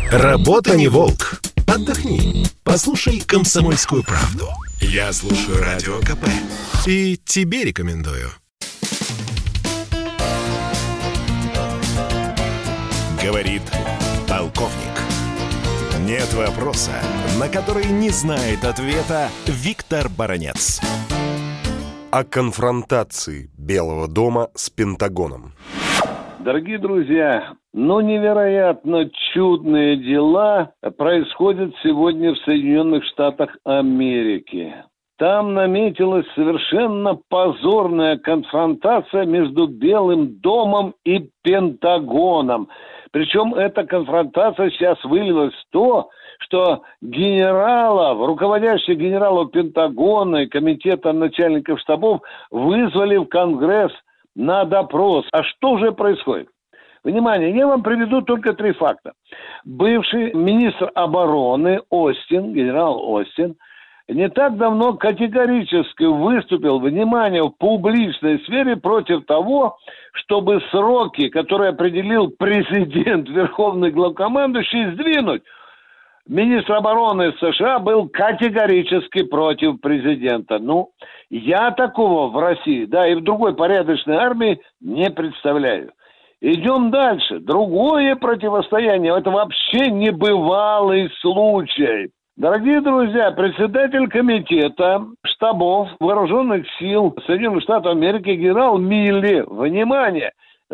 Работа не волк. Отдохни. Послушай «Комсомольскую правду». Я слушаю Радио КП. И тебе рекомендую. Говорит полковник. Нет вопроса, на который не знает ответа Виктор Баранец. О конфронтации Белого дома с Пентагоном. Дорогие друзья, невероятно чудные дела происходят сегодня в Соединенных Штатах Америки. Там наметилась совершенно позорная конфронтация между Белым домом и Пентагоном. Причем эта конфронтация сейчас вылилась в то, что руководящих генералов Пентагона и комитета начальников штабов вызвали в Конгресс на допрос. А что же происходит? Внимание, я вам приведу только 3 факта. Бывший министр обороны генерал Остин, не так давно категорически выступил, в публичной сфере против того, чтобы сроки, которые определил президент, верховный главкомандующий, сдвинуть. Министр обороны США был категорически против президента. Я такого в России, и в другой порядочной армии не представляю. Идем дальше. Другое противостояние. Это вообще небывалый случай. Дорогие друзья, председатель комитета штабов вооруженных сил Соединенных Штатов Америки генерал Милли, внимание,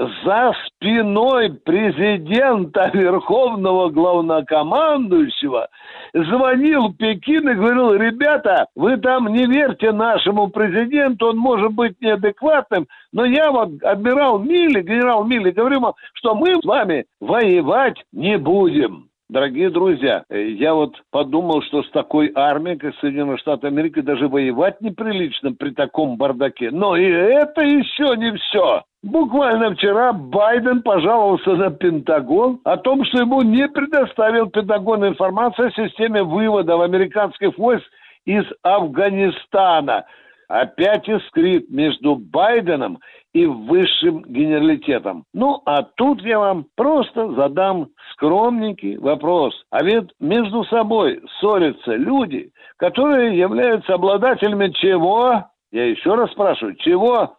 за спиной президента, верховного главнокомандующего, звонил в Пекин и говорил: ребята, вы там не верьте нашему президенту, он может быть неадекватным, но я генерал Милли, говорю вам, что мы с вами воевать не будем. Дорогие друзья, я подумал, что с такой армией, как Соединенные Штаты Америки, даже воевать неприлично при таком бардаке. Но и это еще не все. Буквально вчера Байден пожаловался на Пентагон о том, что ему не предоставил Пентагон информацию о системе вывода американских войск из Афганистана. Опять искрит между Байденом и высшим генералитетом. А тут я вам просто задам скромненький вопрос. А ведь между собой ссорятся люди, которые являются обладателями чего? Я еще раз спрашиваю, чего?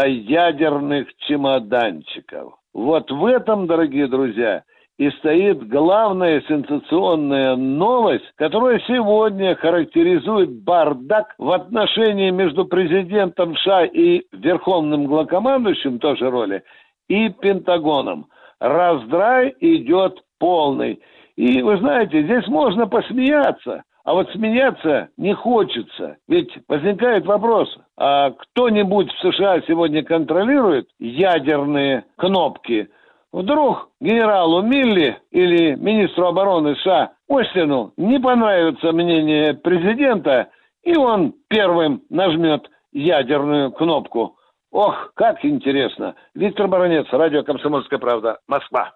Ядерных чемоданчиков. В этом, дорогие друзья, и стоит главная сенсационная новость, которая сегодня характеризует бардак в отношении между президентом США и верховным главкомандующим, тоже роли, и Пентагоном. Раздрай идет полный. И вы знаете, здесь можно посмеяться, а смеяться не хочется. Ведь возникает вопрос, а кто-нибудь в США сегодня контролирует ядерные кнопки? Вдруг генералу Милли или министру обороны США Остину не понравится мнение президента, и он первым нажмет ядерную кнопку. Ох, как интересно. Виктор Баранец, радио «Комсомольская правда», Москва.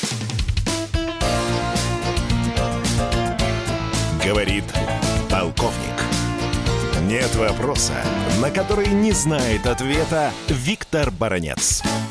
Говорит полковник. Нет вопроса, на который не знает ответа Виктор Баранец.